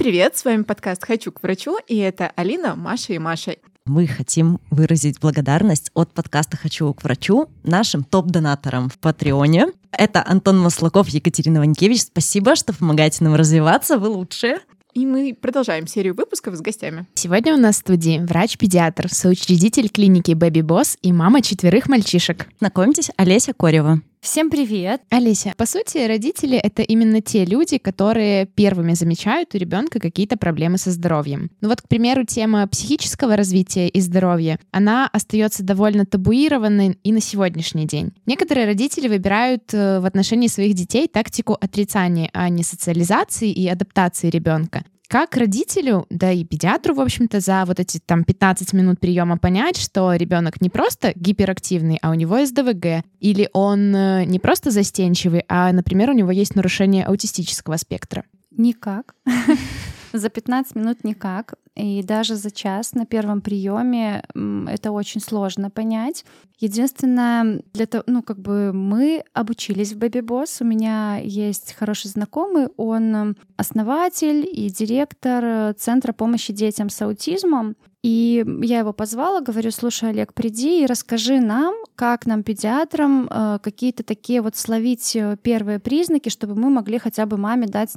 привет! С вами подкаст «Хочу к врачу», и это Алина, Маша и Маша. Мы хотим выразить благодарность от подкаста «Хочу к врачу» нашим топ-донаторам в Патреоне. Это Антон Маслаков, Екатерина Ванькевич. Спасибо, что помогаете нам развиваться, вы лучшие. И мы продолжаем серию выпусков с гостями. Сегодня у нас в студии врач-педиатр, соучредитель клиники Baby Boss и мама 4 мальчишек. Знакомьтесь, Олеся Корева. Всем привет! Олеся, по сути, родители — это именно те люди, которые первыми замечают у ребенка какие-то проблемы со здоровьем. Ну вот, к примеру, тема психического развития и здоровья, она остается довольно табуированной и на сегодняшний день. Некоторые родители выбирают в отношении своих детей тактику отрицания, а не социализации и адаптации ребенка. Как родителю, да и педиатру, в общем-то, за вот эти 15 минут приема понять, что ребенок не просто гиперактивный, а у него СДВГ, или он не просто застенчивый, а, например, у него есть нарушение аутистического спектра? Никак. За 15 минут никак. И даже за час на первом приеме это очень сложно понять. Единственное, мы обучились в Baby Boss. У меня есть хороший знакомый, он основатель и директор Центра помощи детям с аутизмом. И я его позвала, говорю: слушай, Олег, приди и расскажи нам, как нам, педиатрам, какие-то такие вот словить первые признаки, чтобы мы могли хотя бы маме дать,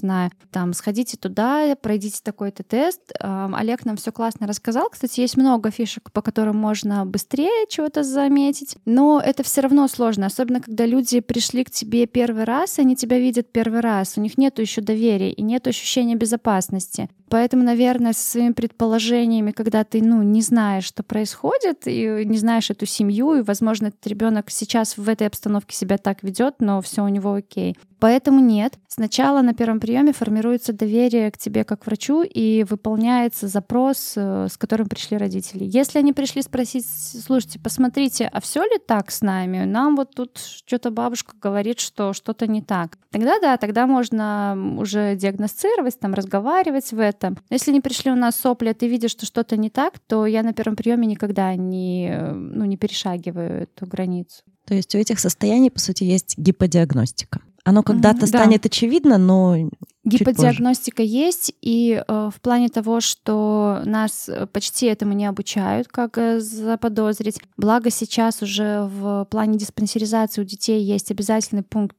сходите туда, пройдите такой-то тест. Олег нам все классно рассказал. Кстати, есть много фишек, по которым можно быстрее чего-то заметить, но это все равно сложно, особенно когда люди пришли к тебе первый раз, они тебя видят первый раз, у них нету еще доверия и нет ощущения безопасности. Поэтому, наверное, со своими предположениями, когда ты, не знаешь, что происходит, и не знаешь эту семью, и, возможно, этот ребенок сейчас в этой обстановке себя так ведет, но все у него окей. Поэтому нет. Сначала на первом приеме формируется доверие к тебе как врачу и выполняется запрос, с которым пришли родители. Если они пришли спросить: слушайте, посмотрите, а все ли так с нами? Нам вот тут что-то бабушка говорит, что что-то не так. Тогда можно уже диагностировать, разговаривать в этом. Но если не пришли у нас сопли, а ты видишь, что что-то не так, то я на первом приеме никогда не перешагиваю эту границу. То есть у этих состояний, по сути, есть гиподиагностика. Оно когда-то станет очевидно, но гиподиагностика есть, и в плане того, что нас почти этому не обучают, как заподозрить. Благо сейчас уже в плане диспансеризации у детей есть обязательный пункт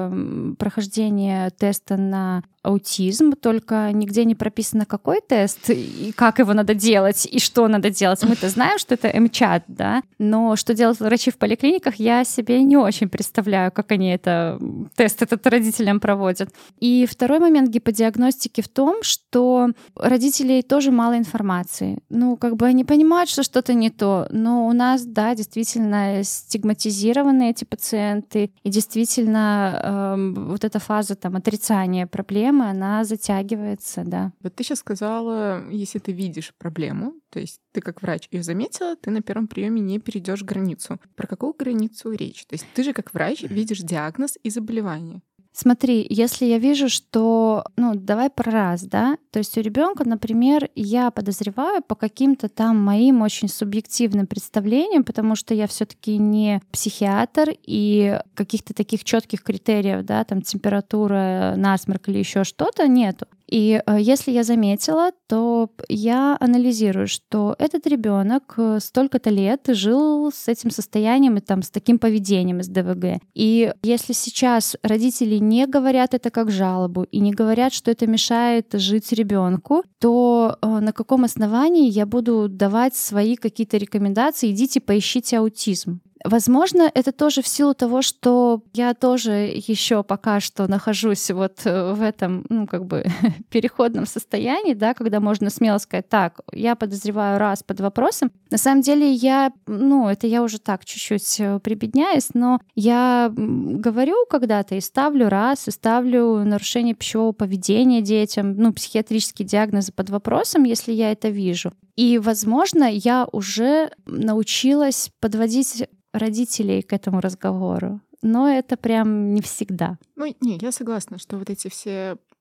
прохождения теста на аутизм, только нигде не прописано, какой тест и как его надо делать, и что надо делать. Мы-то знаем, что это МЧАТ, да, но что делают врачи в поликлиниках, я себе не очень представляю, как они тест этот родителям проводят. И второй момент гиподиагностики в том, что родителей тоже мало информации. Они понимают, что что-то не то, но у нас, да, действительно стигматизированы эти пациенты, и действительно вот эта фаза отрицания проблемы, она затягивается, да. Вот ты сейчас сказала, если ты видишь проблему, то есть ты как врач ее заметила, ты на первом приеме не перейдешь границу. Про какую границу речь? То есть ты же как врач видишь диагноз и заболевание. Смотри, если я вижу, что, давай про раз, да, то есть у ребенка, например, я подозреваю по каким-то моим очень субъективным представлениям, потому что я все-таки не психиатр, и каких-то таких четких критериев, да, температура, насморк или еще что-то нету. И если я заметила, то я анализирую, что этот ребенок столько-то лет жил с этим состоянием и с таким поведением СДВГ. И если сейчас родители не говорят это как жалобу и не говорят, что это мешает жить ребенку, то на каком основании я буду давать свои какие-то рекомендации: идите поищите аутизм? Возможно, это тоже в силу того, что я тоже еще пока что нахожусь вот в этом, переходном состоянии, да, когда можно смело сказать: так, я подозреваю раз под вопросом. На самом деле это я уже так чуть-чуть прибедняюсь, но я говорю когда-то и ставлю раз, и ставлю нарушение пищевого поведения детям, психиатрические диагнозы под вопросом, если я это вижу. И, возможно, я уже научилась подводить родителей к этому разговору. Но это прям не всегда. Я согласна, что вот эти все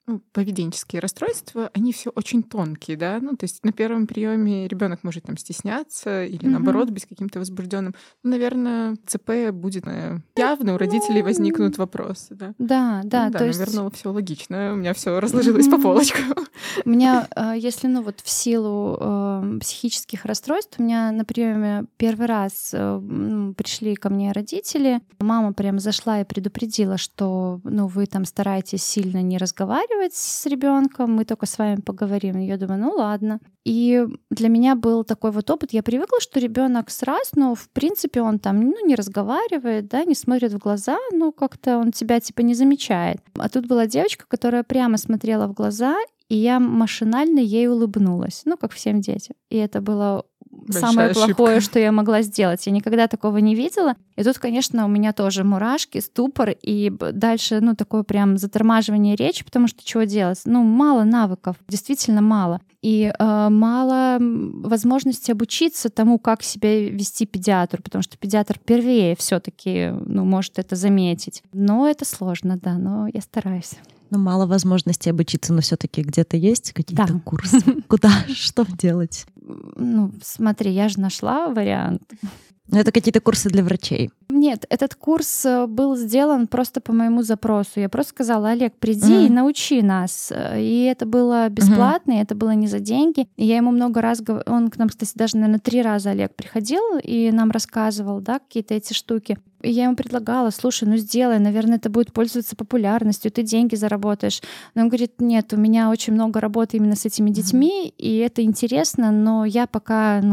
поведенческие расстройства, они все очень тонкие, да, то есть на первом приеме ребенок может там стесняться или наоборот быть каким-то возбужденным. Наверное, ЦП будет явно, у родителей возникнут вопросы, да. Да, то есть... наверное, все логично, у меня все разложилось по полочкам. У меня, если, в силу психических расстройств, у меня на приеме первый раз пришли ко мне родители, мама прям зашла и предупредила, что, вы там стараетесь сильно не разговаривать с ребенком, мы только с вами поговорим. И я думаю, ладно. И для меня был такой вот опыт. Я привыкла, что ребенок в принципе, он там, не разговаривает, да, не смотрит в глаза, как-то он тебя не замечает. А тут была девочка, которая прямо смотрела в глаза, и я машинально ей улыбнулась, как всем детям. И это было самое плохое, что я могла сделать. Я никогда такого не видела. И тут, конечно, у меня тоже мурашки, ступор, и дальше, такое прям затормаживание речи, потому что чего делать? Мало навыков, действительно мало. И мало возможности обучиться тому, как себя вести педиатру, потому что педиатр первее все-таки может это заметить. Но это сложно, да, но я стараюсь. Мало возможностей обучиться, но все-таки где-то есть какие-то курсы. Куда, что делать? Смотри, я же нашла вариант. Это какие-то курсы для врачей? Нет, этот курс был сделан просто по моему запросу. Я просто сказала: Олег, приди и научи нас. И это было бесплатно, и это было не за деньги. И я ему много раз говорила, он к нам, кстати, даже, наверное, 3 раза Олег приходил и нам рассказывал, да, какие-то эти штуки. И я ему предлагала: слушай, сделай, наверное, это будет пользоваться популярностью, ты деньги заработаешь. Но он говорит: нет, у меня очень много работы именно с этими детьми, и это интересно, но я пока,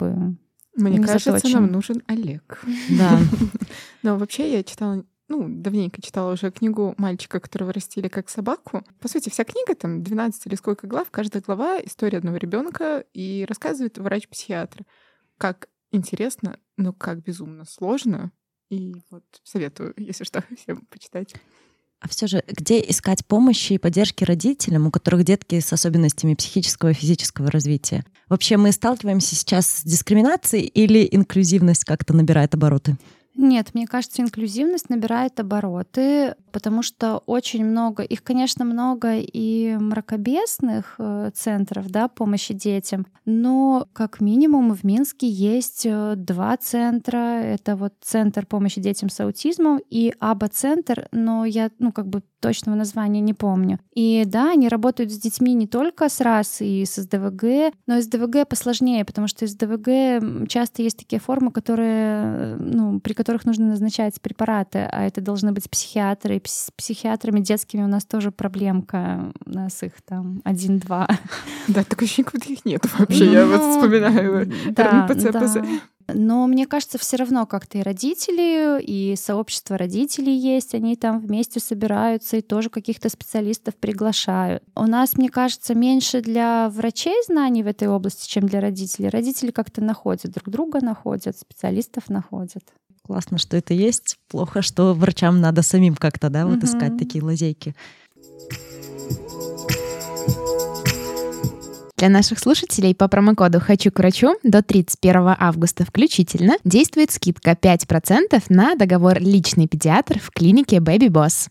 Мне кажется, нам нужен Олег. Да. Но вообще я читала, давненько читала уже книгу мальчика, которого растили как собаку. По сути, вся книга, там 12 или сколько глав, каждая глава — история одного ребенка, и рассказывает врач-психиатр. Как интересно, но как безумно сложно. И советую, если что, всем почитать. А все же, где искать помощи и поддержки родителям, у которых детки с особенностями психического и физического развития? Вообще мы сталкиваемся сейчас с дискриминацией или инклюзивность как-то набирает обороты? Нет, мне кажется, инклюзивность набирает обороты, потому что очень много, их, конечно, много и мракобесных центров, да, помощи детям, но как минимум в Минске есть 2 центра. Это центр помощи детям с аутизмом и АБА-центр, но я, точного названия не помню. И да, они работают с детьми не только с РАС и с СДВГ, но с ДВГ посложнее, потому что из ДВГ часто есть такие формы, которые, при которых нужно назначать препараты, а это должны быть психиатры. И с психиатрами детскими у нас тоже проблемка. У нас их там 1-2. Да, такое ощущение, как будто их нет вообще. Я вспоминаю РНПЦ. Но мне кажется, все равно как-то и родители, и сообщество родителей есть, они там вместе собираются и тоже каких-то специалистов приглашают. У нас, мне кажется, меньше для врачей знаний в этой области, чем для родителей. Родители как-то находят друг друга, находят, специалистов находят. Классно, что это есть. Плохо, что врачам надо самим как-то, да, искать такие лазейки. Для наших слушателей по промокоду «Хочу к врачу» до 31 августа включительно действует скидка 5% на договор «Личный педиатр» в клинике Baby Boss.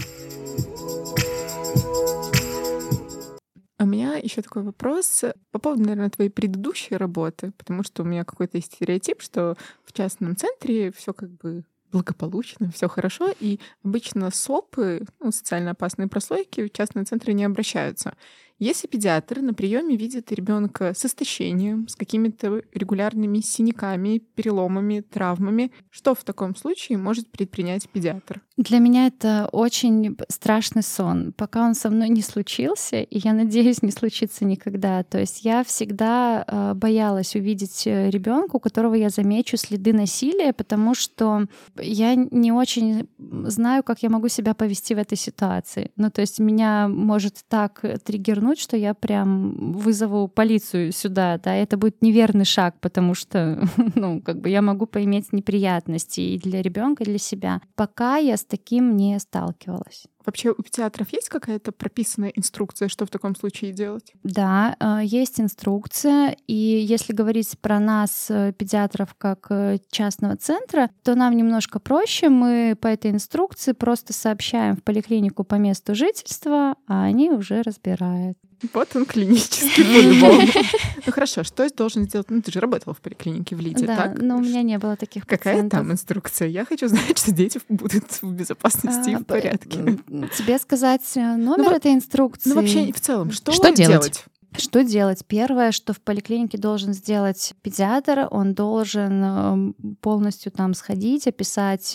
У меня еще такой вопрос по поводу, наверное, твоей предыдущей работы, потому что у меня какой-то есть стереотип, что в частном центре все благополучно, все хорошо, и обычно СОПы, социально опасные прослойки, в частные центры не обращаются. Если педиатр на приеме видит ребенка с истощением, с какими-то регулярными синяками, переломами, травмами, что в таком случае может предпринять педиатр? Для меня это очень страшный сон, пока он со мной не случился, и я надеюсь, не случится никогда. То есть я всегда боялась увидеть ребенка, у которого я замечу следы насилия, потому что я не очень знаю, как я могу себя повести в этой ситуации. То есть меня может так триггернуть, что я прям вызову полицию сюда, да, это будет неверный шаг, потому что, я могу поиметь неприятности и для ребенка, и для себя. Пока я с таким не сталкивалась. вообще у педиатров есть какая-то прописанная инструкция, что в таком случае делать? Да, есть инструкция, и если говорить про нас, педиатров, как частного центра, то нам немножко проще. Мы по этой инструкции просто сообщаем в поликлинику по месту жительства, а они уже разбирают. Вот он, клинический футбол. Ну хорошо, что должен сделать? Ну ты же работала в поликлинике в Лиде, Да, так? но у меня не было таких Какая пациентов. там инструкция? Я хочу знать, что дети будут в безопасности и в порядке. Тебе сказать номер этой инструкции? Ну вообще в целом, что делать? Что делать? Первое, что в поликлинике должен сделать педиатр, он должен полностью там сходить, описать,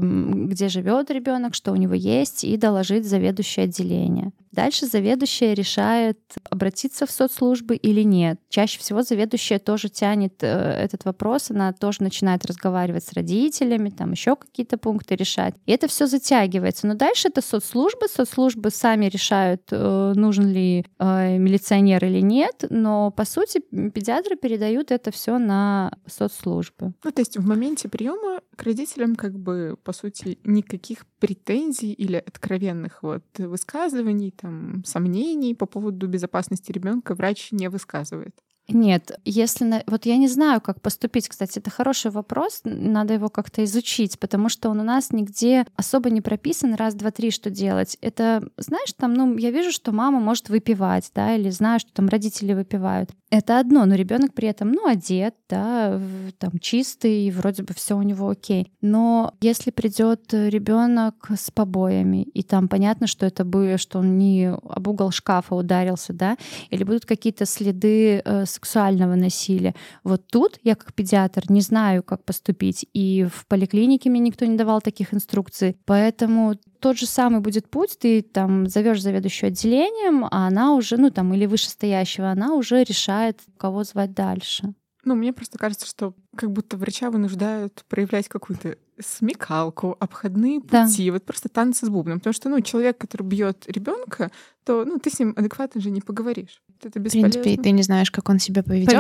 где живет ребенок, что у него есть, и доложить заведующее отделение. Дальше заведующая решает, обратиться в соцслужбы или нет. Чаще всего заведующая тоже тянет этот вопрос, она тоже начинает разговаривать с родителями, там еще какие-то пункты решать. И это все затягивается. Но дальше это соцслужбы сами решают, нужен ли милиционер или нет, но по сути педиатры передают это все на соцслужбы. Ну, то есть в моменте приема к родителям как бы, по сути, никаких претензий или откровенных вот высказываний, там, сомнений по поводу безопасности ребенка врач не высказывает. Нет, если... Вот я не знаю, как поступить, кстати, это хороший вопрос, надо его как-то изучить, потому что он у нас нигде особо не прописан, раз, два, три, что делать. Это, знаешь, там, я вижу, что мама может выпивать, да, или знаю, что там родители выпивают. Это одно, но ребенок при этом, одет, да, там чистый, вроде бы все у него окей. Но если придет ребенок с побоями, и там понятно, что это было, что он не об угол шкафа ударился, да, или будут какие-то следы сексуального насилия. Вот тут я как педиатр не знаю, как поступить. И в поликлинике мне никто не давал таких инструкций. Поэтому тот же самый будет путь. Ты там зовешь заведующую отделением, а она уже, или вышестоящего, она уже решает, кого звать дальше. Мне просто кажется, что как будто врача вынуждают проявлять какую-то смекалку, обходные пути, Да. вот просто танцы с бубном. Потому что, человек, который бьет ребенка, то, ты с ним адекватно же не поговоришь. Это В бесполезно. принципе, ты не знаешь, как он себя поведет,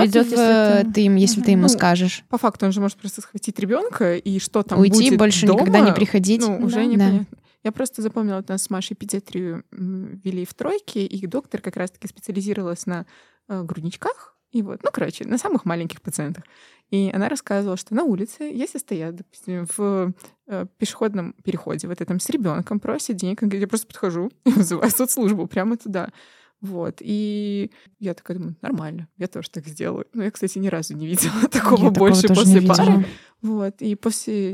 если ты ему скажешь. По факту он же может просто схватить ребенка и что там Уйти, будет больше дома, никогда не приходить. уже Да. непонятно. Я просто запомнила, у нас с Машей педиатрию вели в тройке, и доктор как раз-таки специализировалась на грудничках, и на самых маленьких пациентах. И она рассказывала, что на улице, если стоят, допустим, в пешеходном переходе, вот этом с ребенком просят денег, я просто подхожу и вызываю соцслужбу прямо туда. И я такая думаю, нормально, я тоже так сделаю. Но я, кстати, ни разу не видела такого больше после пары. И после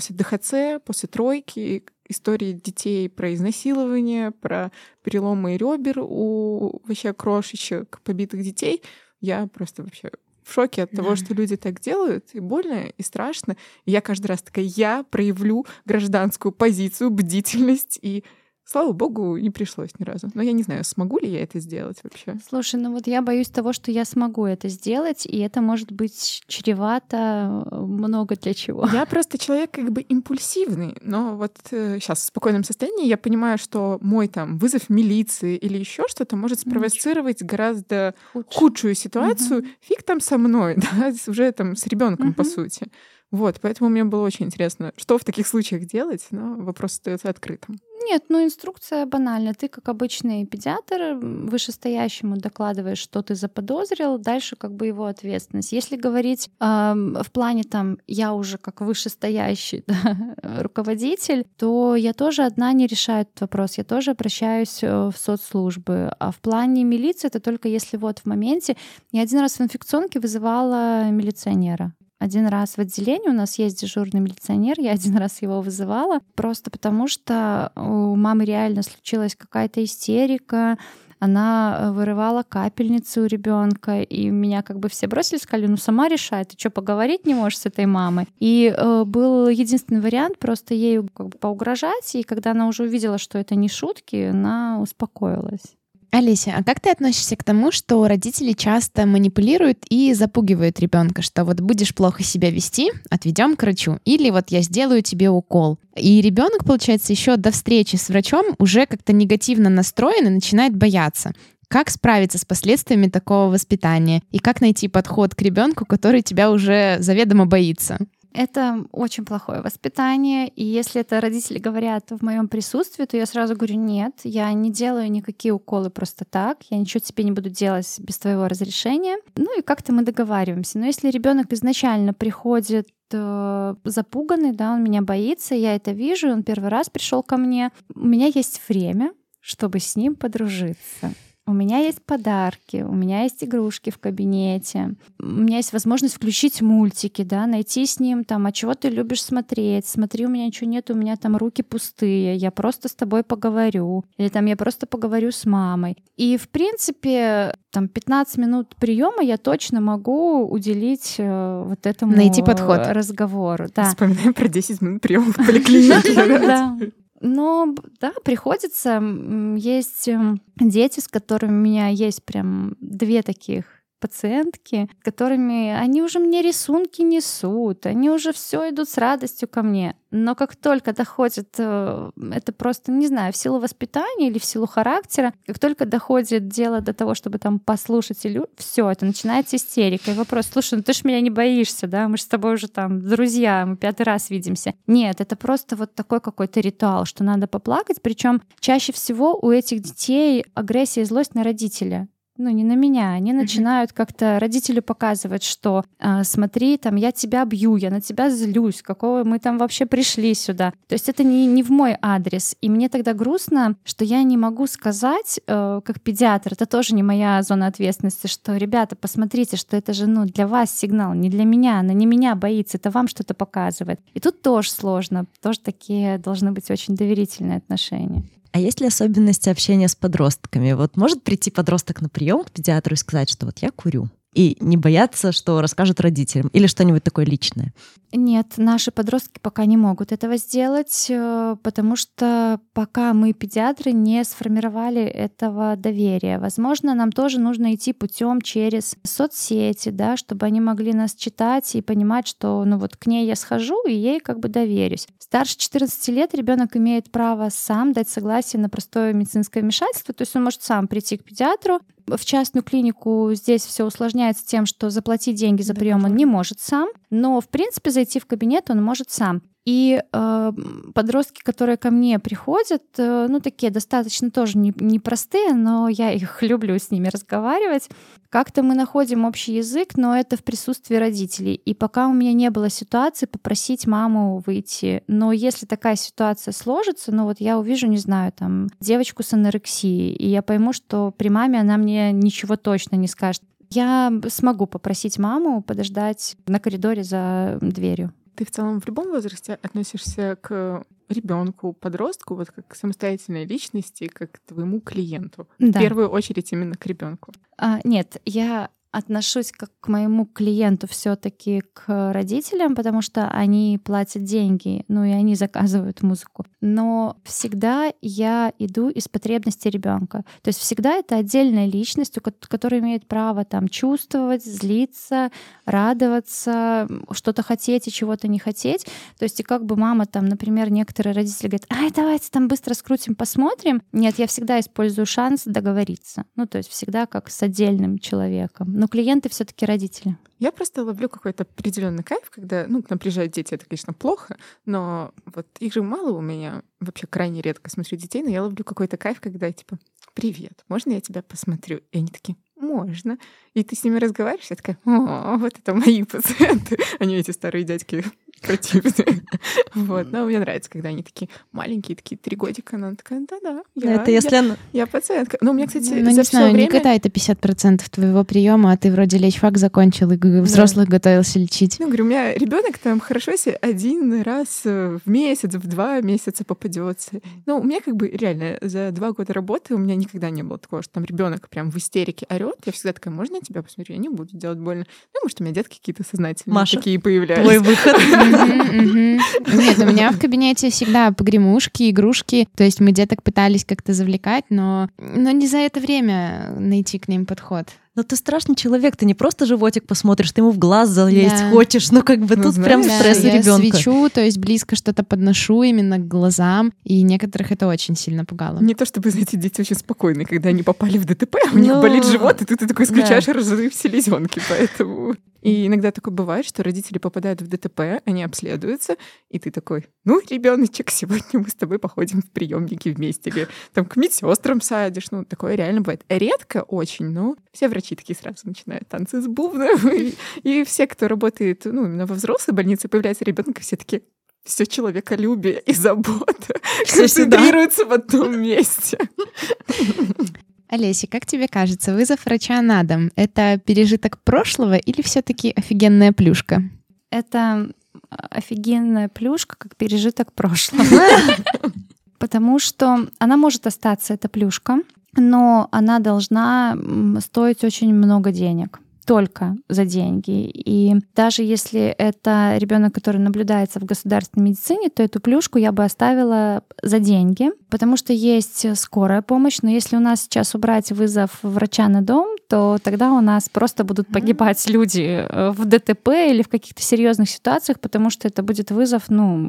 ДХЦ, после тройки, истории детей про изнасилование, про переломы ребер у вообще крошечек, побитых детей, я просто вообще в шоке от того, что люди так делают, и больно, и страшно. И я каждый раз такая, я проявлю гражданскую позицию, бдительность, и слава богу, не пришлось ни разу. Но я не знаю, смогу ли я это сделать вообще. Слушай, я боюсь того, что я смогу это сделать, и это может быть чревато много для чего. Я просто человек как бы импульсивный, но сейчас в спокойном состоянии я понимаю, что мой там вызов милиции или еще что-то может спровоцировать гораздо худшую ситуацию. Фиг там со мной, да, уже там с ребенком по сути. Поэтому мне было очень интересно, что в таких случаях делать, но вопрос остается открытым. Нет, инструкция банальная. Ты, как обычный педиатр, вышестоящему докладываешь, что ты заподозрил, дальше его ответственность. Если говорить в плане я уже как вышестоящий руководитель, то я тоже одна не решаю этот вопрос, я тоже обращаюсь в соцслужбы. А в плане милиции это только если в моменте. Я один раз в инфекционке вызывала милиционера. Один раз в отделении у нас есть дежурный милиционер, я один раз его вызывала, просто потому что у мамы реально случилась какая-то истерика, она вырывала капельницу у ребенка, и меня все бросили, сказали, сама решай, ты что, поговорить не можешь с этой мамой? И был единственный вариант просто ею поугрожать, и когда она уже увидела, что это не шутки, она успокоилась. Олеся, а как ты относишься к тому, что родители часто манипулируют и запугивают ребенка, что будешь плохо себя вести, отведем к врачу, или я сделаю тебе укол. И ребенок, получается, еще до встречи с врачом уже как-то негативно настроен и начинает бояться. Как справиться с последствиями такого воспитания? И как найти подход к ребенку, который тебя уже заведомо боится? Это очень плохое воспитание, и если это родители говорят в моем присутствии, то я сразу говорю: нет, я не делаю никакие уколы просто так, я ничего тебе не буду делать без твоего разрешения. Ну и как-то мы договариваемся. Но если ребенок изначально приходит запуганный, да, он меня боится, я это вижу, он первый раз пришел ко мне, у меня есть время, чтобы с ним подружиться. У меня есть подарки, у меня есть игрушки в кабинете, у меня есть возможность включить мультики, да, найти с ним там, а чего ты любишь смотреть, смотри, у меня ничего нет, у меня там руки пустые, я просто с тобой поговорю, или там я просто поговорю с мамой. И, в принципе, там 15 минут приема я точно могу уделить вот этому найти подход. Разговору. Да. Вспоминаем про 10 минут приема в поликлинике. Но да, приходится. Есть дети, с которыми у меня есть прям 2 таких пациентки, которыми они уже мне рисунки несут, они уже все идут с радостью ко мне. Но как только доходит, это просто, не знаю, в силу воспитания или в силу характера, как только доходит дело до того, чтобы там послушать, все, это начинается истерика. И вопрос: слушай, ну ты ж меня не боишься, да? Мы же с тобой уже там друзья, мы 5-й раз видимся. Нет, это просто вот такой какой-то ритуал, что надо поплакать. Причем чаще всего у этих детей агрессия и злость на родителя. Ну, не на меня. Они начинают как-то родителю показывать, что смотри, там, я тебя бью, я на тебя злюсь, какого мы там вообще пришли сюда. То есть это не в мой адрес. И мне тогда грустно, что я не могу сказать, как педиатр, это тоже не моя зона ответственности, что, ребята, посмотрите, что это же, ну, для вас сигнал, не для меня, она не меня боится, это вам что-то показывает. И тут тоже сложно, тоже такие должны быть очень доверительные отношения. А есть ли особенности общения с подростками? Вот может прийти подросток на прием к педиатру и сказать, что вот я курю, и не бояться, что расскажут родителям, или что-нибудь такое личное? Нет, наши подростки пока не могут этого сделать, потому что пока мы, педиатры, не сформировали этого доверия. Возможно, нам тоже нужно идти путем через соцсети, да, чтобы они могли нас читать и понимать, что ну вот к ней я схожу и ей как бы доверюсь. Старше 14 лет ребенок имеет право сам дать согласие на простое медицинское вмешательство, то есть он может сам прийти к педиатру. В частную клинику здесь все усложняется тем, что заплатить деньги за прием он не может сам, но в принципе зайти в кабинет он может сам. И подростки, которые ко мне приходят, ну такие достаточно тоже непростые, но я их люблю с ними разговаривать. Как-то мы находим общий язык, но это в присутствии родителей. И пока у меня не было ситуации попросить маму выйти. Но если такая ситуация сложится, ну вот я увижу, не знаю, там девочку с анорексией, и я пойму, что при маме она мне ничего точно не скажет, я смогу попросить маму подождать на коридоре за дверью. Ты в целом в любом возрасте относишься к ребенку, подростку, вот как к самостоятельной личности, как к твоему клиенту. Да. В первую очередь именно к ребенку. Нет, я отношусь как к моему клиенту все-таки к родителям, потому что они платят деньги, ну и они заказывают музыку. Но всегда я иду из потребностей ребенка. То есть всегда это отдельная личность, которая имеет право там чувствовать, злиться, радоваться, что-то хотеть и чего-то не хотеть. То есть и как бы мама там, например, некоторые родители говорят: ай, давайте там быстро скрутим, посмотрим. Нет, я всегда использую шанс договориться. Ну то есть всегда как с отдельным человеком. Но клиенты все-таки родители. Я просто ловлю какой-то определенный кайф, когда, ну, к нам приезжают дети, это, конечно, плохо, но вот их же мало у меня, вообще крайне редко смотрю детей, но я ловлю какой-то кайф, когда типа: привет, можно я тебя посмотрю? И они такие: можно. И ты с ними разговариваешь, я такая: о, вот это мои пациенты, они эти старые дядьки противные. Вот. Но мне нравится, когда они такие маленькие, такие 3 годика, она такая: да-да, я пациентка. Ну, у меня, кстати, ну, не знаю, время... никогда это 50% твоего приема, а ты вроде лечфак закончил и взрослых готовился лечить. Ну, говорю, у меня ребенок там хорошо, если 1 раз в месяц, в 2 месяца попадется. Ну, у меня как бы реально за 2 года работы у меня никогда не было такого, что там ребенок прям в истерике орёт. Я всегда такая: можно я тебя посмотрю? Я не буду делать больно. Ну, может, у меня детки какие-то сознательные, Маша, такие появляются. Твой выход. Нет, у меня в кабинете всегда погремушки, игрушки. То есть мы деток пытались как-то завлекать, но не за это время найти к ним подход. Но ты страшный человек, ты не просто животик посмотришь, ты ему в глаз залезть Да. хочешь, ну как бы тут прям стресс у я ребенка. свечу, то есть близко что-то подношу именно к глазам, и некоторых это очень сильно пугало. Не то чтобы, знаете, дети очень спокойные, когда они попали в ДТП, у них Ну, болит живот, и ты такой да. включаешь разрыв селезенки, поэтому... И иногда такое бывает, что родители попадают в ДТП, они обследуются, и ты такой, ну, ребеночек, сегодня мы с тобой походим в приемники вместе, или там к медсестрам садишь, ну, такое реально бывает. Редко очень, но все врачи такие сразу начинают танцы с бубном, и все, кто работает, ну, именно во взрослой больнице, появляется ребенок, и все такие, все человеколюбие и забота концентрируется в одном месте. Олеся, как тебе кажется, вызов врача на дом — это пережиток прошлого или все-таки офигенная плюшка? Это офигенная плюшка, как пережиток прошлого. Потому что она может остаться, эта плюшка, но она должна стоить очень много денег. Только за деньги. И даже если это ребенок, который наблюдается в государственной медицине, то эту плюшку я бы оставила за деньги, потому что есть скорая помощь, но если у нас сейчас убрать вызов врача на дом, то тогда у нас просто будут погибать люди в ДТП или в каких-то серьезных ситуациях, потому что это будет вызов,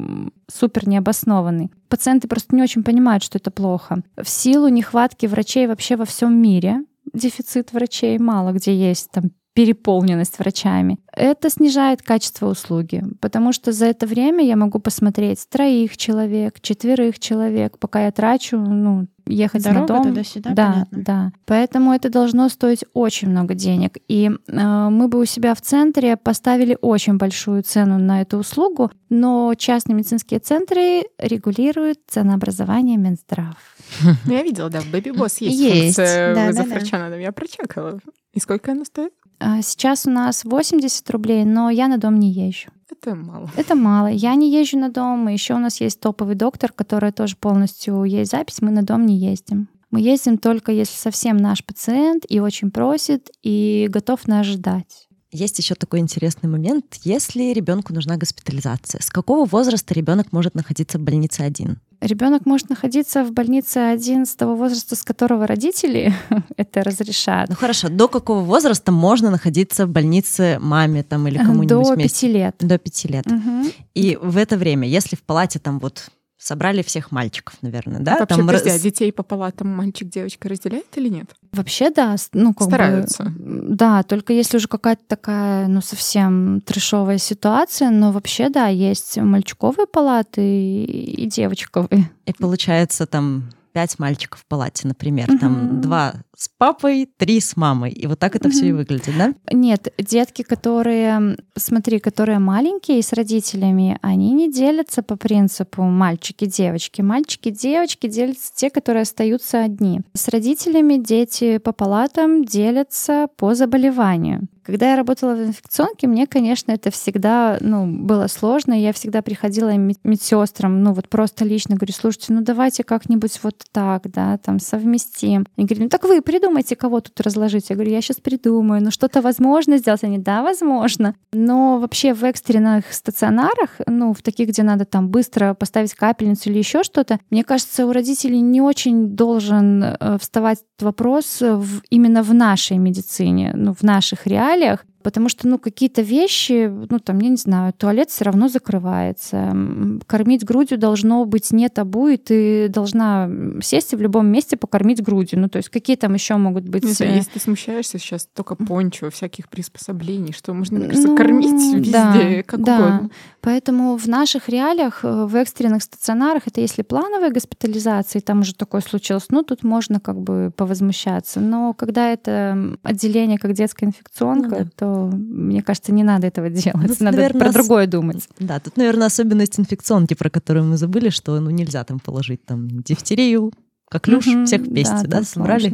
супер необоснованный. Пациенты просто не очень понимают, что это плохо. В силу нехватки врачей вообще во всем мире, дефицит врачей, мало где есть там переполненность врачами. Это снижает качество услуги, потому что за это время я могу посмотреть 3 человек, 4 человек, пока я трачу, ехать Дорога на дом. туда-сюда, Да, понятно. да. Поэтому это должно стоить очень много денег. И мы бы у себя в центре поставили очень большую цену на эту услугу, но частные медицинские центры регулируют ценообразование Минздрав. Ну, я видела, да, в Baby Boss есть Есть, функция да, вызов да, да. врача на дом. Я прочекала. И сколько она стоит? Сейчас у нас 80 рублей, но я на дом не езжу. Это мало. Это мало. Я не езжу на дом. И еще у нас есть топовый доктор, который тоже полностью есть запись. Мы на дом не ездим. Мы ездим только если совсем наш пациент и очень просит, и готов нас ждать. Есть еще такой интересный момент. Если ребенку нужна госпитализация, с какого возраста ребенок может находиться в больнице один? Ребенок может находиться в больнице один с того возраста, с которого родители это разрешают. Ну хорошо, до какого возраста можно находиться в больнице маме там, или кому-нибудь До вместе? 5 лет. До 5 лет. Мгм. И в это время, если в палате там собрали всех мальчиков, наверное, да? Вообще, там подожди, а детей по палатам мальчик-девочка разделяют или нет? Вообще, да, Стараются. Да, только если уже какая-то такая, совсем трешовая ситуация, но вообще, да, есть мальчиковые палаты и девочковые. И получается там 5 мальчиков в палате, например. Мгм. Там 2 с папой, 3 с мамой. И вот так это все и выглядит, да? Нет, детки, которые маленькие и с родителями, они не делятся по принципу мальчики-девочки. Мальчики-девочки делятся те, которые остаются одни. С родителями дети по палатам делятся по заболеванию. Когда я работала в инфекционке, мне, конечно, это всегда было сложно. Я всегда приходила медсестрам, просто лично говорю: слушайте, давайте как-нибудь вот так, да, там совместим. Они говорят: так вы придумайте, кого тут разложить. Я говорю: я сейчас придумаю. Что-то возможно сделать? Они: да, возможно. Но вообще в экстренных стационарах, в таких, где надо там быстро поставить капельницу или еще что-то, мне кажется, у родителей не очень должен вставать вопрос именно в нашей медицине, в наших реалиях. Потому что, какие-то вещи, я не знаю, туалет все равно закрывается. Кормить грудью должно быть не табу, и ты должна сесть и в любом месте покормить грудью. То есть какие там еще могут быть... Не знаю, если ты смущаешься, сейчас только пончо, всяких приспособлений, что можно, мне кажется, кормить везде, как угодно. Поэтому в наших реалиях, в экстренных стационарах, это если плановая госпитализация, и там уже такое случилось, тут можно как бы повозмущаться. Но когда это отделение как детская инфекционка, то, мне кажется, не надо этого делать. Надо, наверное, про другое думать. Да, тут, наверное, особенность инфекционки, про которую мы забыли, что нельзя там положить дифтерию, коклюш, всех вместе, да, собрали.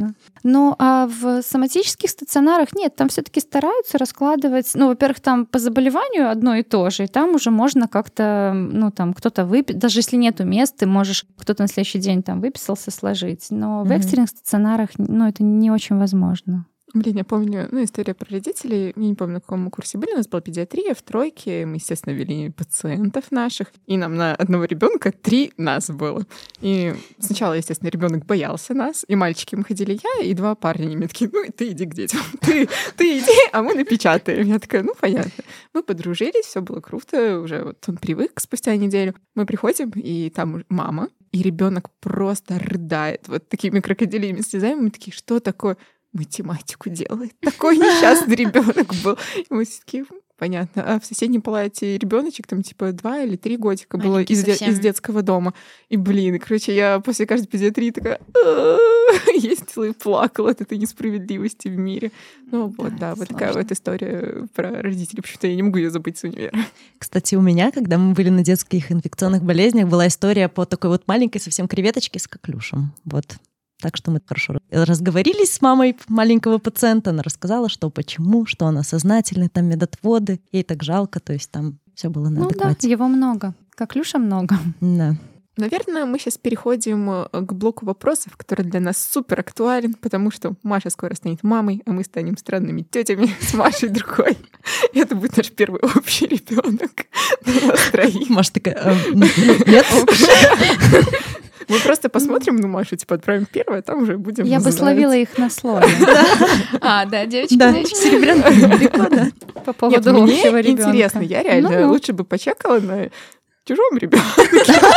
А в соматических стационарах нет, там все-таки стараются раскладывать, во-первых, там по заболеванию одно и то же, и там уже можно как-то, кто-то выпить, даже если нету мест, ты можешь, кто-то на следующий день там выписался, сложить. Но в экстренных стационарах, это не очень возможно. Блин, я помню, история про родителей. Я не помню, на каком мы курсе были. У нас была педиатрия в тройке. Мы, естественно, вели пациентов наших. И нам на одного ребенка 3 нас было. И сначала, естественно, ребенок боялся нас. И мальчики, мы ходили я и 2 парня. И мне такие, ты иди к детям. Ты иди, а мы напечатаем. Я такая, понятно. Мы подружились, все было круто. Уже вот он привык спустя неделю. Мы приходим, и там мама. И ребенок просто рыдает вот такими крокодильями слезами. Мы такие, что такое? Математику делает. Такой несчастный ребенок был. И мы все такие, понятно. А в соседней палате ребеночек там 2 или 3 годика было из детского дома. И, короче, я после каждой педиатрии такая ездила и плакала от этой несправедливости в мире. Вот такая вот история про родителей. Почему-то я не могу ее забыть с универа. Кстати, у меня, когда мы были на детских инфекционных болезнях, была история по такой вот маленькой совсем креветочке с коклюшем. Вот. Так что мы хорошо разговорились с мамой маленького пациента. Она рассказала, почему, что она сознательная, там медотводы. Ей так жалко, то есть там все было на адеквате. Да, его много. Коклюша много. Да. Наверное, мы сейчас переходим к блоку вопросов, который для нас супер актуален, потому что Маша скоро станет мамой, а мы станем странными тетями с Машей другой. Это будет наш первый общий ребенок на нас 3. Маша такая, нет. Мы просто посмотрим на Машу, отправим первое, а там уже будем Я бы словила их на слове. Девочки, серебрянка недалеко, да. По поводу общего ребенка. Интересно, я реально лучше бы почекала на чужом ребенке.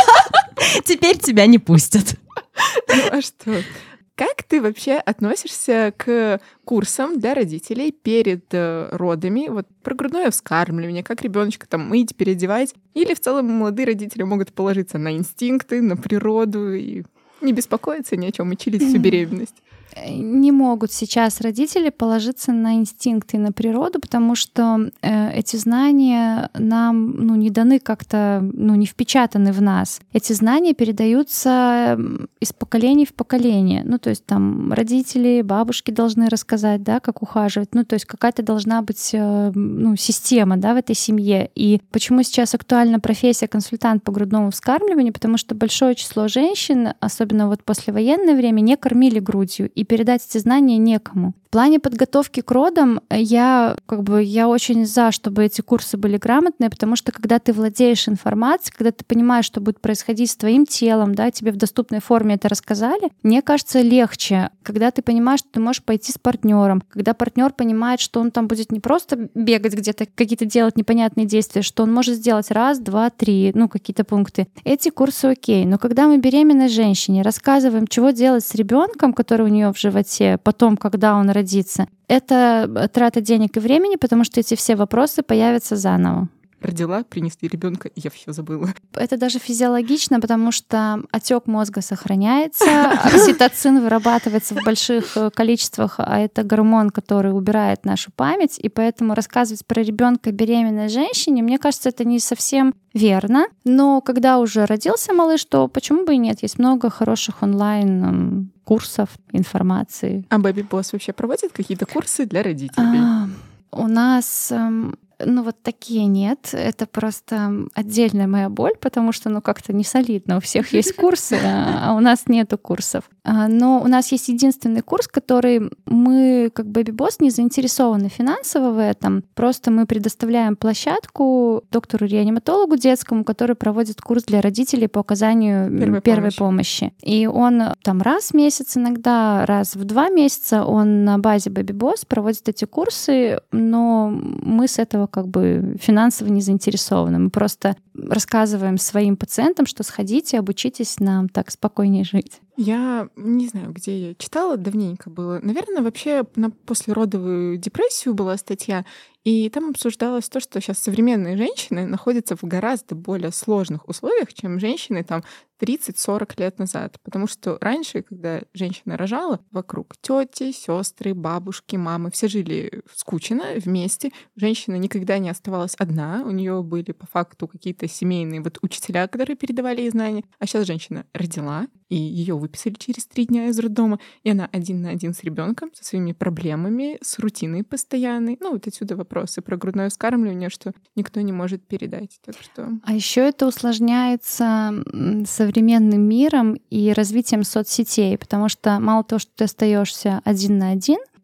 Теперь тебя не пустят. А что? Как ты вообще относишься к курсам для родителей перед родами? Вот про грудное вскармливание, как ребеночка там мыть, переодевать? Или в целом молодые родители могут положиться на инстинкты, на природу и не беспокоиться ни о чем и чилить всю беременность? Не могут сейчас родители положиться на инстинкты и на природу, потому что эти знания нам не даны как-то, не впечатаны в нас. Эти знания передаются из поколения в поколение. То есть там родители, бабушки должны рассказать, да, как ухаживать. То есть какая-то должна быть система, да, в этой семье. И почему сейчас актуальна профессия консультант по грудному вскармливанию? Потому что большое число женщин, особенно вот послевоенное время, не кормили грудью, и передать эти знания некому. В плане подготовки к родам я очень за, чтобы эти курсы были грамотные, потому что когда ты владеешь информацией, когда ты понимаешь, что будет происходить с твоим телом, да, тебе в доступной форме это рассказали, мне кажется, легче, когда ты понимаешь, что ты можешь пойти с партнером, когда партнер понимает, что он там будет не просто бегать где-то, какие-то делать непонятные действия, что он может сделать 1, 2, 3, какие-то пункты. Эти курсы окей, но когда мы беременной женщине рассказываем, чего делать с ребенком, который у нее в животе, потом, когда он родится, это трата денег и времени, потому что эти все вопросы появятся заново. Родила, принесли ребенка, я все забыла. Это даже физиологично, потому что отек мозга сохраняется, окситоцин вырабатывается в больших количествах, а это гормон, который убирает нашу память, и поэтому рассказывать про ребенка беременной женщине, мне кажется, это не совсем верно. Но когда уже родился малыш, то почему бы и нет? Есть много хороших онлайн курсов, информации. А Baby Boss вообще проводит какие-то курсы для родителей? У нас вот такие нет. Это просто отдельная моя боль, потому что, как-то не солидно. У всех есть курсы, а у нас нету курсов. Но у нас есть единственный курс, который мы, как Baby Boss, не заинтересованы финансово в этом. Просто мы предоставляем площадку доктору-реаниматологу детскому, который проводит курс для родителей по оказанию первой помощи. И он там раз в месяц иногда, раз в 2 месяца он на базе Baby Boss проводит эти курсы, но мы с этого финансово не заинтересованы. Мы просто рассказываем своим пациентам, что сходите, обучитесь нам так спокойнее жить. Я не знаю, где я читала, давненько было. Наверное, вообще на послеродовую депрессию была статья, и там обсуждалось то, что сейчас современные женщины находятся в гораздо более сложных условиях, чем женщины там 30-40 лет назад. Потому что раньше, когда женщина рожала, вокруг тети, сестры, бабушки, мамы, все жили скучно вместе. Женщина никогда не оставалась одна. У нее были по факту какие-то семейные учителя, которые передавали ей знания. А сейчас женщина родила, и ее выписали через 3 дня из роддома, и она 1 на 1 с ребенком, со своими проблемами, с рутиной постоянной. Отсюда вопросы про грудное вскармливание, что никто не может передать. Так что... А еще это усложняется современным миром и развитием соцсетей, потому что мало того, что ты остаешься 1 на 1,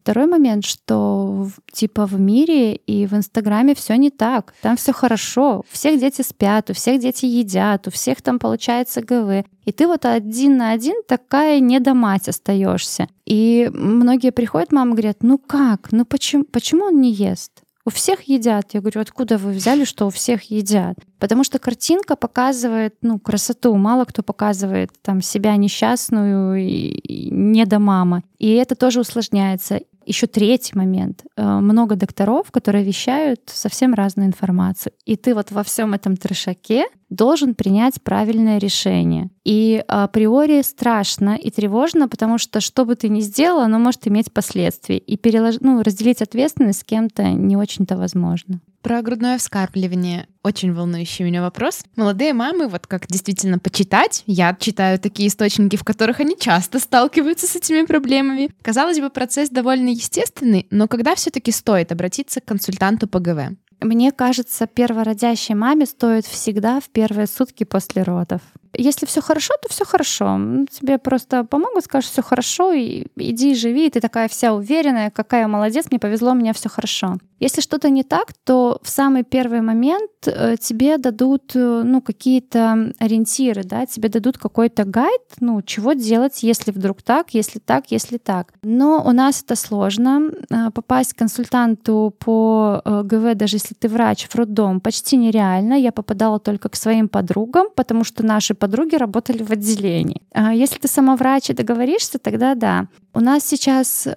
Второй момент, что типа в мире и в Инстаграме все не так. Там все хорошо. У всех дети спят, у всех дети едят, у всех там получается ГВ. И ты вот один на один такая недомать остаешься. И многие приходят, мамы говорят, ну как? Ну почему он не ест? У всех едят. Я говорю, откуда вы взяли, что у всех едят? Потому что картинка показывает, красоту. Мало кто показывает там себя несчастную и недомама. И это тоже усложняется. Еще третий момент. Много докторов, которые вещают совсем разную информацию. И ты вот во всем этом трешаке должен принять правильное решение. И априори страшно и тревожно, потому что бы ты ни сделал, оно может иметь последствия. И разделить ответственность с кем-то не очень-то возможно. Про грудное вскармливание очень волнующий меня вопрос. Молодые мамы, вот как действительно почитать, я читаю такие источники, в которых они часто сталкиваются с этими проблемами. Казалось бы, процесс довольно естественный, но когда все-таки стоит обратиться к консультанту по ГВ? Мне кажется, первородящей маме стоит всегда в первые сутки после родов. Если все хорошо, то все хорошо. Тебе просто помогут, скажут, все хорошо, и иди живи, и ты такая вся уверенная, какая молодец, мне повезло, у меня все хорошо. Если что-то не так, то в самый первый момент тебе дадут какие-то ориентиры, да, тебе дадут какой-то гайд, чего делать, если вдруг так, если так, если так. Но у нас это сложно. Попасть к консультанту по ГВ, даже если ты врач, в роддом, почти нереально. Я попадала только к своим подругам, потому что наши подруги работали в отделении. Если ты сама врач и договоришься, тогда да. У нас сейчас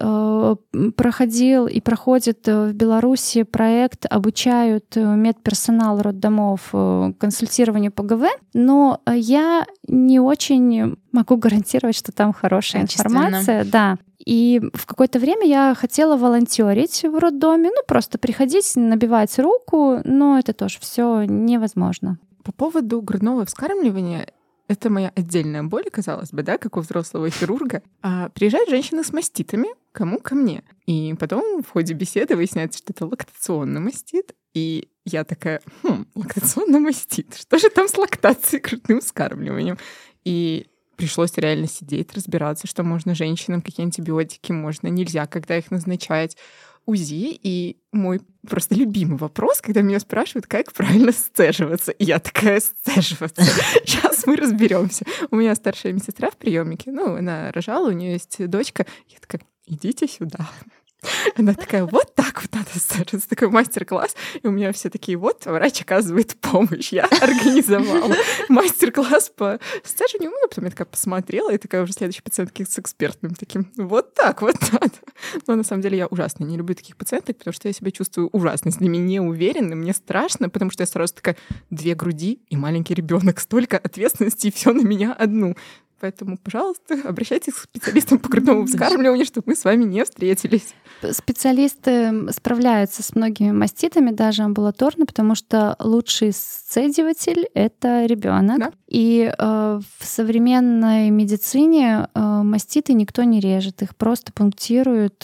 проходил и проходит в Беларуси проект, обучают медперсонал роддомов консультированию по ГВ, но я не очень могу гарантировать, что там хорошая информация. Да. И в какое-то время я хотела волонтерить в роддоме, просто приходить, набивать руку, но это тоже все невозможно. По поводу грудного вскармливания, это моя отдельная боль, казалось бы, да, как у взрослого хирурга. Приезжают женщины с маститами, кому ко мне. И потом в ходе беседы выясняется, что это лактационный мастит. И я такая, лактационный мастит, что же там с лактацией, грудным вскармливанием? И пришлось реально сидеть, разбираться, что можно женщинам, какие антибиотики можно, нельзя, когда их назначать. УЗИ, и мой просто любимый вопрос, когда меня спрашивают, как правильно сцеживаться. И я такая, сцеживаться. Сейчас мы разберемся. У меня старшая медсестра в приемнике, она рожала, у нее есть дочка. Я такая, идите сюда. Она такая, вот так вот надо сцеживаться. Такой мастер-класс. И у меня все такие, вот, врач оказывает помощь. Я организовала мастер-класс по сцеживанию. Потом я такая посмотрела, и такая уже следующая пациентка с экспертным таким, вот так вот надо. Но на самом деле я ужасно не люблю таких пациенток, потому что я себя чувствую ужасно с ними неуверенно, мне страшно, потому что я сразу такая, 2 груди и маленький ребенок, столько ответственности, и все на меня одну. Поэтому, пожалуйста, обращайтесь к специалистам по грудному вскармливанию, чтобы мы с вами не встретились. Специалисты справляются с многими маститами, даже амбулаторно, потому что лучший сцедиватель — это ребенок. Да. И в современной медицине маститы никто не режет, их просто пунктируют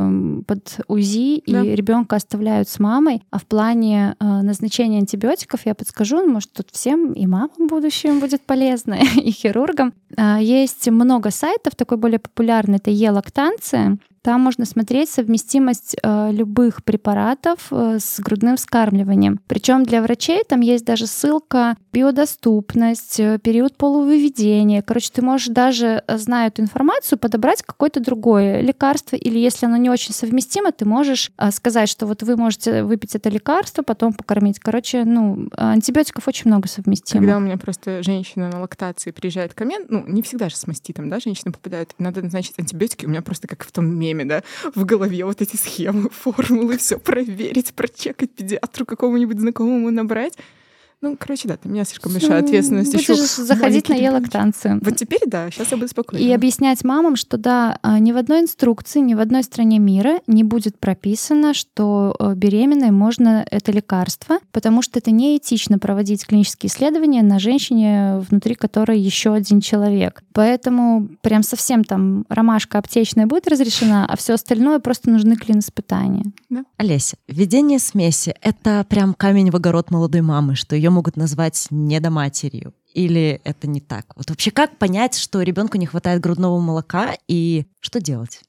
под УЗИ, да. И ребенка оставляют с мамой. А в плане назначения антибиотиков я подскажу, может, тут всем и мамам в будущем будет полезно, и хирургам. Есть много сайтов, такой более популярный — это Е-лактанция. Там можно смотреть совместимость любых препаратов с грудным вскармливанием. Причем для врачей там есть даже ссылка биодоступность, период полувыведения. Короче, ты можешь даже, зная эту информацию, подобрать какое-то другое лекарство, или если оно не очень совместимо, ты можешь сказать, что вот вы можете выпить это лекарство, потом покормить. Короче, антибиотиков очень много совместимых. Когда у меня просто женщина на лактации приезжает ко мне, не всегда же с маститом, да, женщины попадают, надо назначить антибиотики, у меня просто как в том меме, да, в голове вот эти схемы, формулы, все проверить, прочекать, педиатру какому-нибудь знакомому набрать. Короче, да, у меня слишком большая ответственность. Будешь заходить на Е-лактанцию. Вот теперь, да, сейчас я буду спокойна. И объяснять мамам, что да, ни в одной инструкции, ни в одной стране мира не будет прописано, что беременной можно это лекарство, потому что это неэтично проводить клинические исследования на женщине, внутри которой еще один человек. Поэтому прям совсем там ромашка аптечная будет разрешена, а все остальное просто нужны клин-испытания. Да. Олеся, введение смеси — это прям камень в огород молодой мамы, что ее могут назвать недоматерью? Или это не так? Вот вообще как понять, что ребенку не хватает грудного молока и что делать?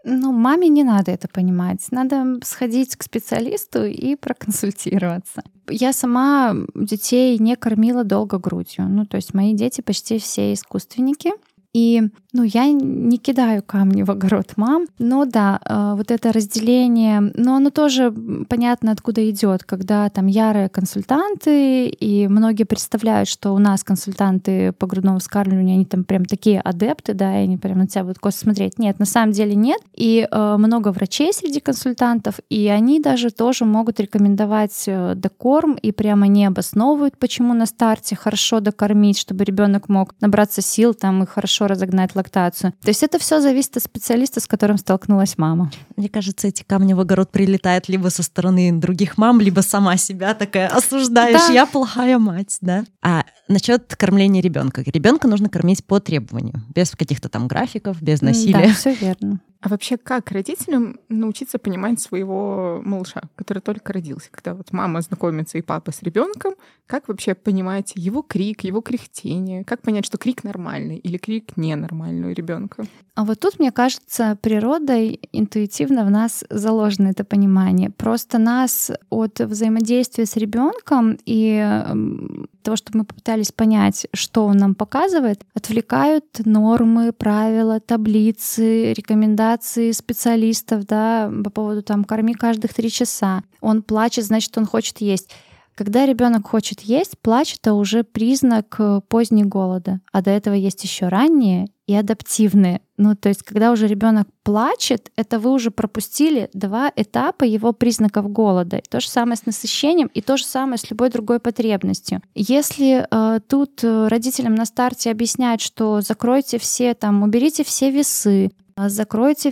Маме не надо это понимать. Надо сходить к специалисту и проконсультироваться. Я сама детей не кормила долго грудью. То есть мои дети почти все искусственники. И я не кидаю камни в огород мам, но да, вот это разделение, оно тоже понятно, откуда идет, когда там ярые консультанты, и многие представляют, что у нас консультанты по грудному вскармливанию, они там прям такие адепты, да, и они прям на тебя будут косо смотреть. Нет, на самом деле нет. И много врачей среди консультантов, и они даже тоже могут рекомендовать докорм и прямо не обосновывают, почему на старте хорошо докормить, чтобы ребенок мог набраться сил там и хорошо разогнать лактацию. То есть это все зависит от специалиста, с которым столкнулась мама. Мне кажется, эти камни в огород прилетают либо со стороны других мам, либо сама себя такая осуждаешь, да. Я плохая мать, да. А насчет кормления ребенка. Ребенка нужно кормить по требованию, без каких-то там графиков, без насилия. Да, все верно. А вообще, как родителям научиться понимать своего малыша, который только родился? Когда вот мама знакомится и папа с ребенком, как вообще понимать его крик, его кряхтение? Как понять, что крик нормальный или крик ненормальный у ребенка? А вот тут, мне кажется, природой интуитивно в нас заложено это понимание. Просто нас от взаимодействия с ребенком и того, чтобы мы попытались понять, что он нам показывает, отвлекают нормы, правила, таблицы, рекомендации специалистов, да, по поводу там корми каждых 3 часа. Он плачет, значит, он хочет есть. Когда ребенок хочет есть, плач — это уже признак позднего голода, а до этого есть еще ранние и адаптивные. То есть, когда уже ребенок плачет, это вы уже пропустили 2 этапа его признаков голода. То же самое с насыщением и то же самое с любой другой потребностью. Если тут родителям на старте объяснять, что закройте все, уберите все весы, закройте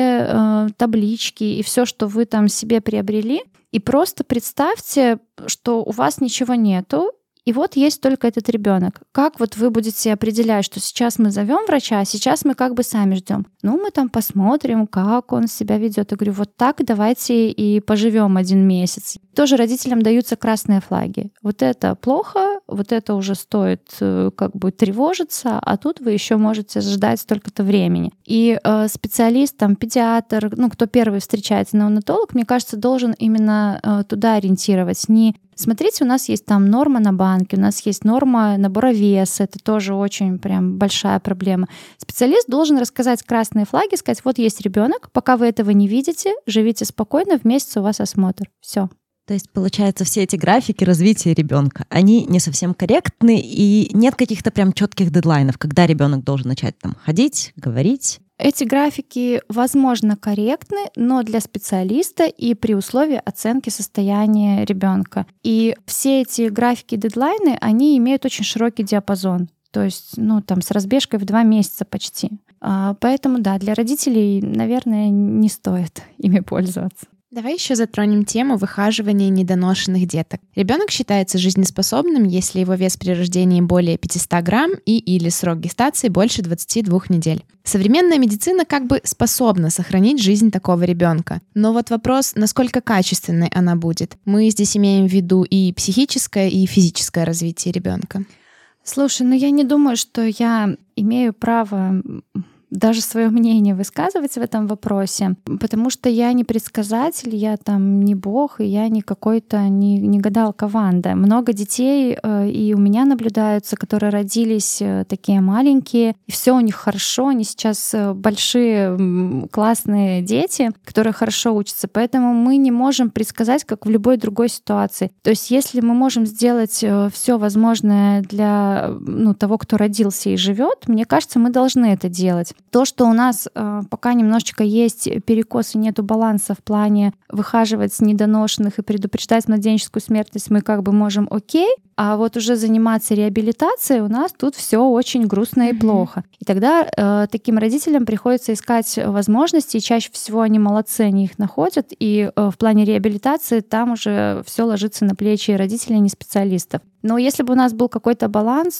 все таблички и все, что вы там себе приобрели, и просто представьте, что у вас ничего нету, и вот есть только этот ребенок. Как вот вы будете определять, что сейчас мы зовем врача, а сейчас мы как бы сами ждем? Мы там посмотрим, как он себя ведет. Я говорю, вот так давайте и поживем 1 месяц. Тоже родителям даются красные флаги. Вот это плохо, вот это уже стоит как бы тревожиться, а тут вы еще можете ждать столько-то времени. И специалист, педиатр, кто первый встречается, неонатолог, мне кажется, должен именно туда ориентировать. Не смотрите, у нас есть там норма на банке, у нас есть норма набора веса, это тоже очень прям большая проблема. Специалист должен рассказать красные флаги, сказать, вот есть ребенок, пока вы этого не видите, живите спокойно, в месяц у вас осмотр. Все. То есть, получается, все эти графики развития ребенка, они не совсем корректны, и нет каких-то прям четких дедлайнов, когда ребенок должен начать ходить, говорить. Эти графики, возможно, корректны, но для специалиста и при условии оценки состояния ребенка. И все эти графики, дедлайны, они имеют очень широкий диапазон. То есть, с разбежкой в 2 месяца почти. Поэтому, да, для родителей, наверное, не стоит ими пользоваться. Давай еще затронем тему выхаживания недоношенных деток. Ребенок считается жизнеспособным, если его вес при рождении более 500 грамм или срок гестации больше 22 недель. Современная медицина как бы способна сохранить жизнь такого ребенка. Но вот вопрос, насколько качественной она будет. Мы здесь имеем в виду и психическое, и физическое развитие ребенка. Слушай, я не думаю, что я имею право даже свое мнение высказывать в этом вопросе, потому что я не предсказатель, я не бог, и я не какой-то не гадалка Ванда. Много детей и у меня наблюдаются, которые родились такие маленькие, и все у них хорошо, они сейчас большие, классные дети, которые хорошо учатся, поэтому мы не можем предсказать, как в любой другой ситуации. То есть если мы можем сделать все возможное для того, кто родился и живет, мне кажется, мы должны это делать. То, что у нас пока немножечко есть перекос и нету баланса в плане выхаживать недоношенных и предупреждать младенческую смертность, мы как бы можем окей, а вот уже заниматься реабилитацией у нас тут все очень грустно и плохо. И тогда таким родителям приходится искать возможности, и чаще всего они молодцы, они их находят, и в плане реабилитации там уже все ложится на плечи родителей, а не специалистов. Но если бы у нас был какой-то баланс,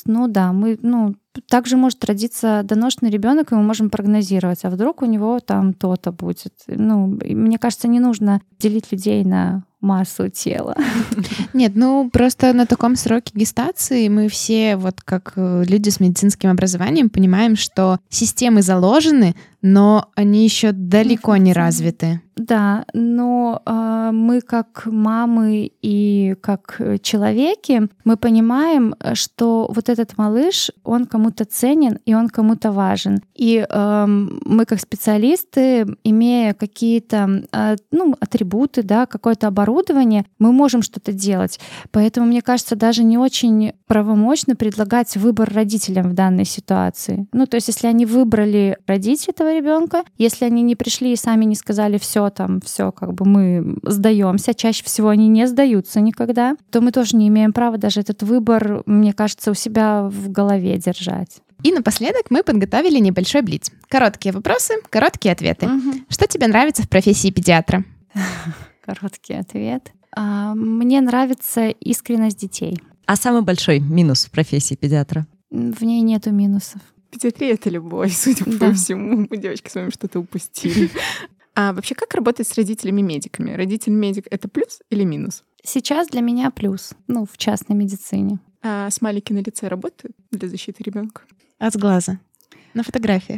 также может родиться доношенный ребенок, и мы можем прогнозировать, а вдруг у него там то-то будет. Мне кажется, не нужно делить людей на массу тела. Нет, просто на таком сроке гестации мы все, как люди с медицинским образованием, понимаем, что системы заложены, но они еще далеко не развиты. Да, но мы как мамы и как человеки, мы понимаем, что вот этот малыш, он кому-то ценен и он кому-то важен. И мы как специалисты, имея какие-то атрибуты, да, какое-то оборудование, мы можем что-то делать. Поэтому, мне кажется, даже не очень правомочно предлагать выбор родителям в данной ситуации. Ну, то есть, если они выбрали родить этого ребенка, если они не пришли и сами не сказали все, как бы мы сдаемся, чаще всего они не сдаются никогда, то мы тоже не имеем права даже этот выбор, мне кажется, у себя в голове держать. И напоследок мы подготовили небольшой блиц. Короткие вопросы, короткие ответы. Что тебе нравится в профессии педиатра? Короткий ответ. Мне нравится искренность детей. А самый большой минус в профессии педиатра? В ней нету минусов. Педиатрия — это любовь, судя по всему. Мы, девочки, с вами что-то упустили. А вообще, как работать с родителями-медиками? Родитель-медик — это плюс или минус? Сейчас для меня плюс, в частной медицине. А смайлики на лице работают для защиты ребенка? От глаза. На фотографиях.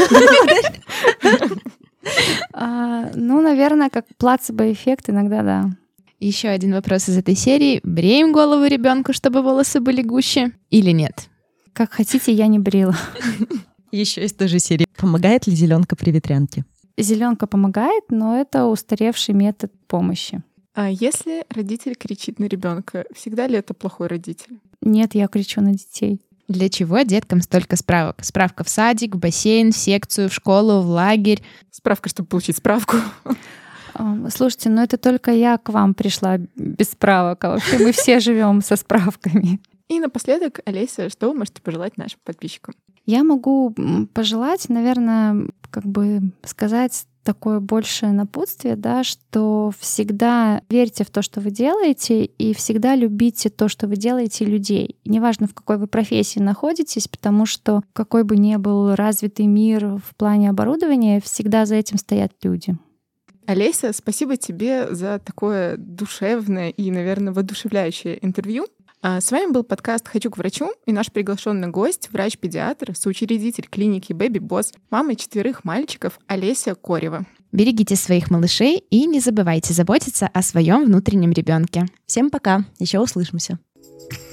Наверное, как плацебо-эффект иногда, да. Еще один вопрос из этой серии. Бреем голову ребенку, чтобы волосы были гуще, или нет? Как хотите, я не брила. Еще из той же серии. Помогает ли зеленка при ветрянке? Зеленка помогает, но это устаревший метод помощи. А если родитель кричит на ребенка, всегда ли это плохой родитель? Нет, я кричу на детей. Для чего деткам столько справок? Справка в садик, в бассейн, в секцию, в школу, в лагерь. Справка, чтобы получить справку. Слушайте, это только я к вам пришла без справок, а вообще мы все живем со справками. И напоследок, Олеся, что вы можете пожелать нашим подписчикам? Я могу пожелать, наверное, сказать такое большее напутствие, да, что всегда верьте в то, что вы делаете, и всегда любите то, что вы делаете, людей. Неважно, в какой вы профессии находитесь, потому что какой бы ни был развитый мир в плане оборудования, всегда за этим стоят люди. Олеся, спасибо тебе за такое душевное и, наверное, воодушевляющее интервью. С вами был подкаст «Хочу к врачу» и наш приглашенный гость, врач-педиатр, соучредитель клиники Baby Boss, мама 4 мальчиков Олеся Корева. Берегите своих малышей и не забывайте заботиться о своем внутреннем ребенке. Всем пока, еще услышимся.